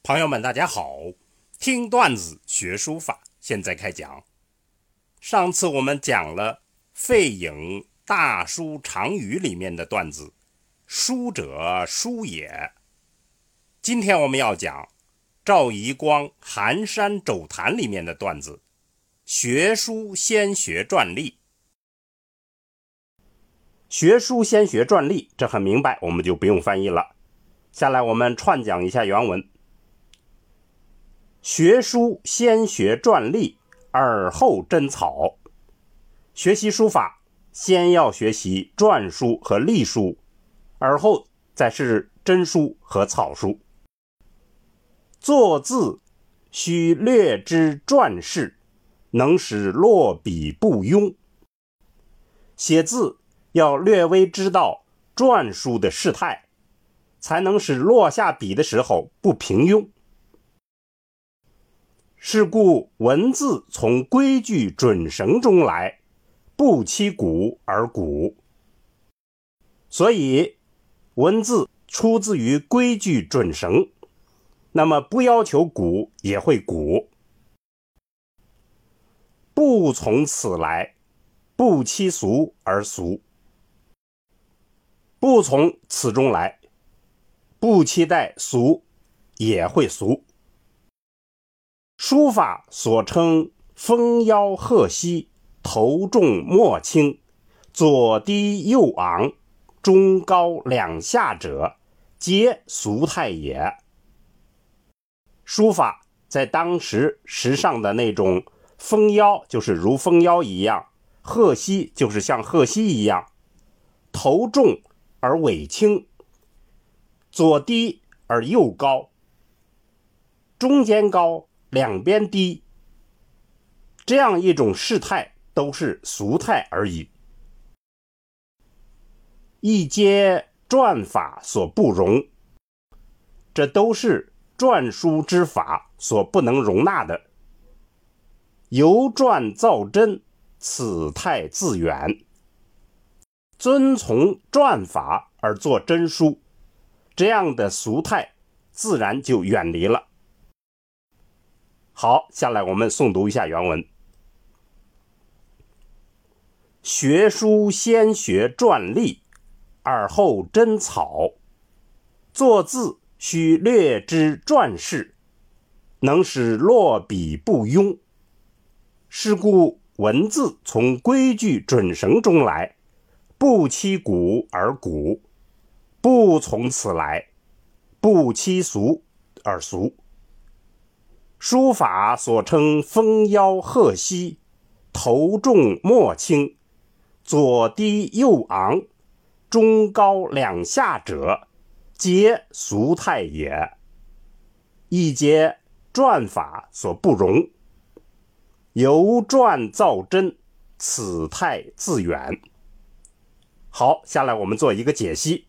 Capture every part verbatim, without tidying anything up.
朋友们大家好，听段子学书法，现在开讲。上次我们讲了费颖大书长语里面的段子，书者书也。今天我们要讲赵夷光寒山肘谈里面的段子，学书先学篆隶。学书先学篆隶，这很明白，我们就不用翻译了。下来我们串讲一下原文。学书先学篆隶，而后真草。学习书法，先要学习篆书和隶书，而后再是真书和草书。作字须略知篆事，能使落笔不庸。写字要略微知道篆书的事态，才能使落下笔的时候不平庸。是故文字从规矩准绳中来，不期古而古。所以文字出自于规矩准绳，那么不要求古也会古。不从此来，不期俗而俗。不从此中来，不期待俗也会俗。书法所称丰腰鹤膝，头重末轻，左低右昂，中高两下者，皆俗态也。书法在当时时尚的那种丰腰，就是如丰腰一样，鹤膝就是像鹤膝一样，头重而尾轻，左低而右高，中间高两边低，这样一种事态都是俗态而已。一皆篆法所不容，这都是篆书之法所不能容纳的。由篆造真，此态自远。遵从篆法而做真书，这样的俗态自然就远离了。好，下来我们诵读一下原文。学书先学篆隶，而后真草。作字须略知篆事，能使落笔不庸。是故文字从规矩准绳中来，不期古而古，不从此来，不期俗而俗。书法所称丰腰鹤膝，头重末轻，左低右昂，中高两下者，皆俗态也。一皆篆法所不容，由篆造真，此态自远。好，下来我们做一个解析。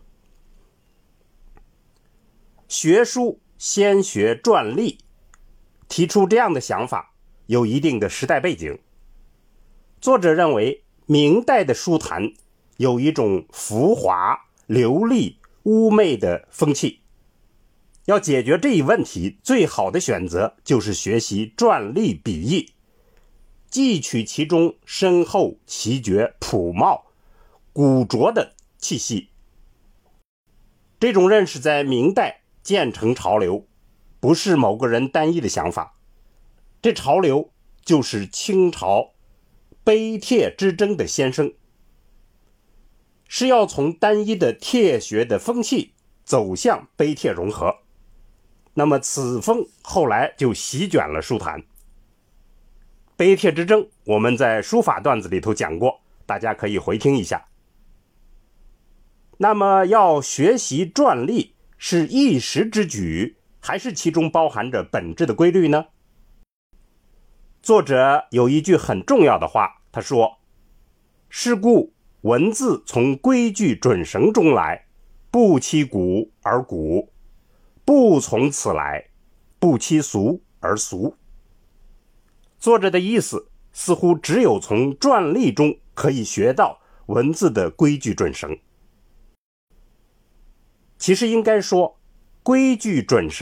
学书先学篆隶，提出这样的想法有一定的时代背景。作者认为明代的书坛有一种浮华、流丽、妩媚的风气，要解决这一问题，最好的选择就是学习篆隶笔意，汲取其中深厚、奇绝、朴茂、古拙的气息。这种认识在明代渐成潮流，不是某个人单一的想法。这潮流就是清朝碑帖之争的先声，是要从单一的帖学的风气走向碑帖融合。那么此风后来就席卷了书坛。碑帖之争我们在书法段子里头讲过，大家可以回听一下。那么要学习篆隶是一时之举，还是其中包含着本质的规律呢？作者有一句很重要的话，他说：是故文字从规矩准绳中来，不期古而古，不从此来，不期俗而俗。作者的意思似乎只有从篆隶中可以学到文字的规矩准绳。其实应该说，规矩准绳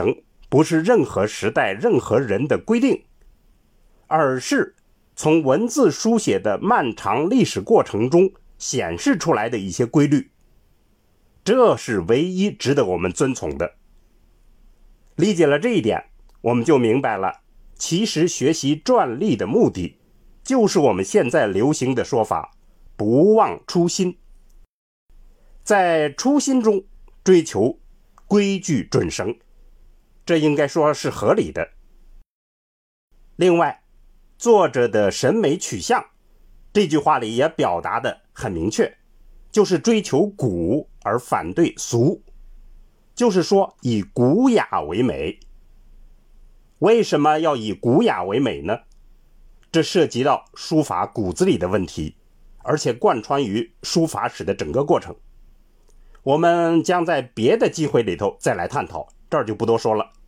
不是任何时代任何人的规定，而是从文字书写的漫长历史过程中显示出来的一些规律，这是唯一值得我们遵从的。理解了这一点，我们就明白了，其实学习篆隶的目的，就是我们现在流行的说法，不忘初心。在初心中追求规矩准绳，这应该说是合理的。另外，作者的审美取向，这句话里也表达得很明确，就是追求古而反对俗，就是说以古雅为美。为什么要以古雅为美呢？这涉及到书法骨子里的问题，而且贯穿于书法史的整个过程。我们将在别的机会里头再来探讨，这儿就不多说了。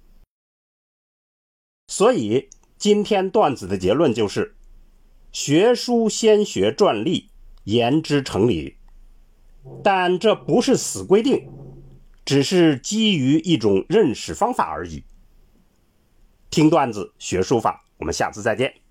所以今天段子的结论就是，学书先学篆隶，言之成理。但这不是死规定，只是基于一种认识方法而已。听段子学书法，我们下次再见。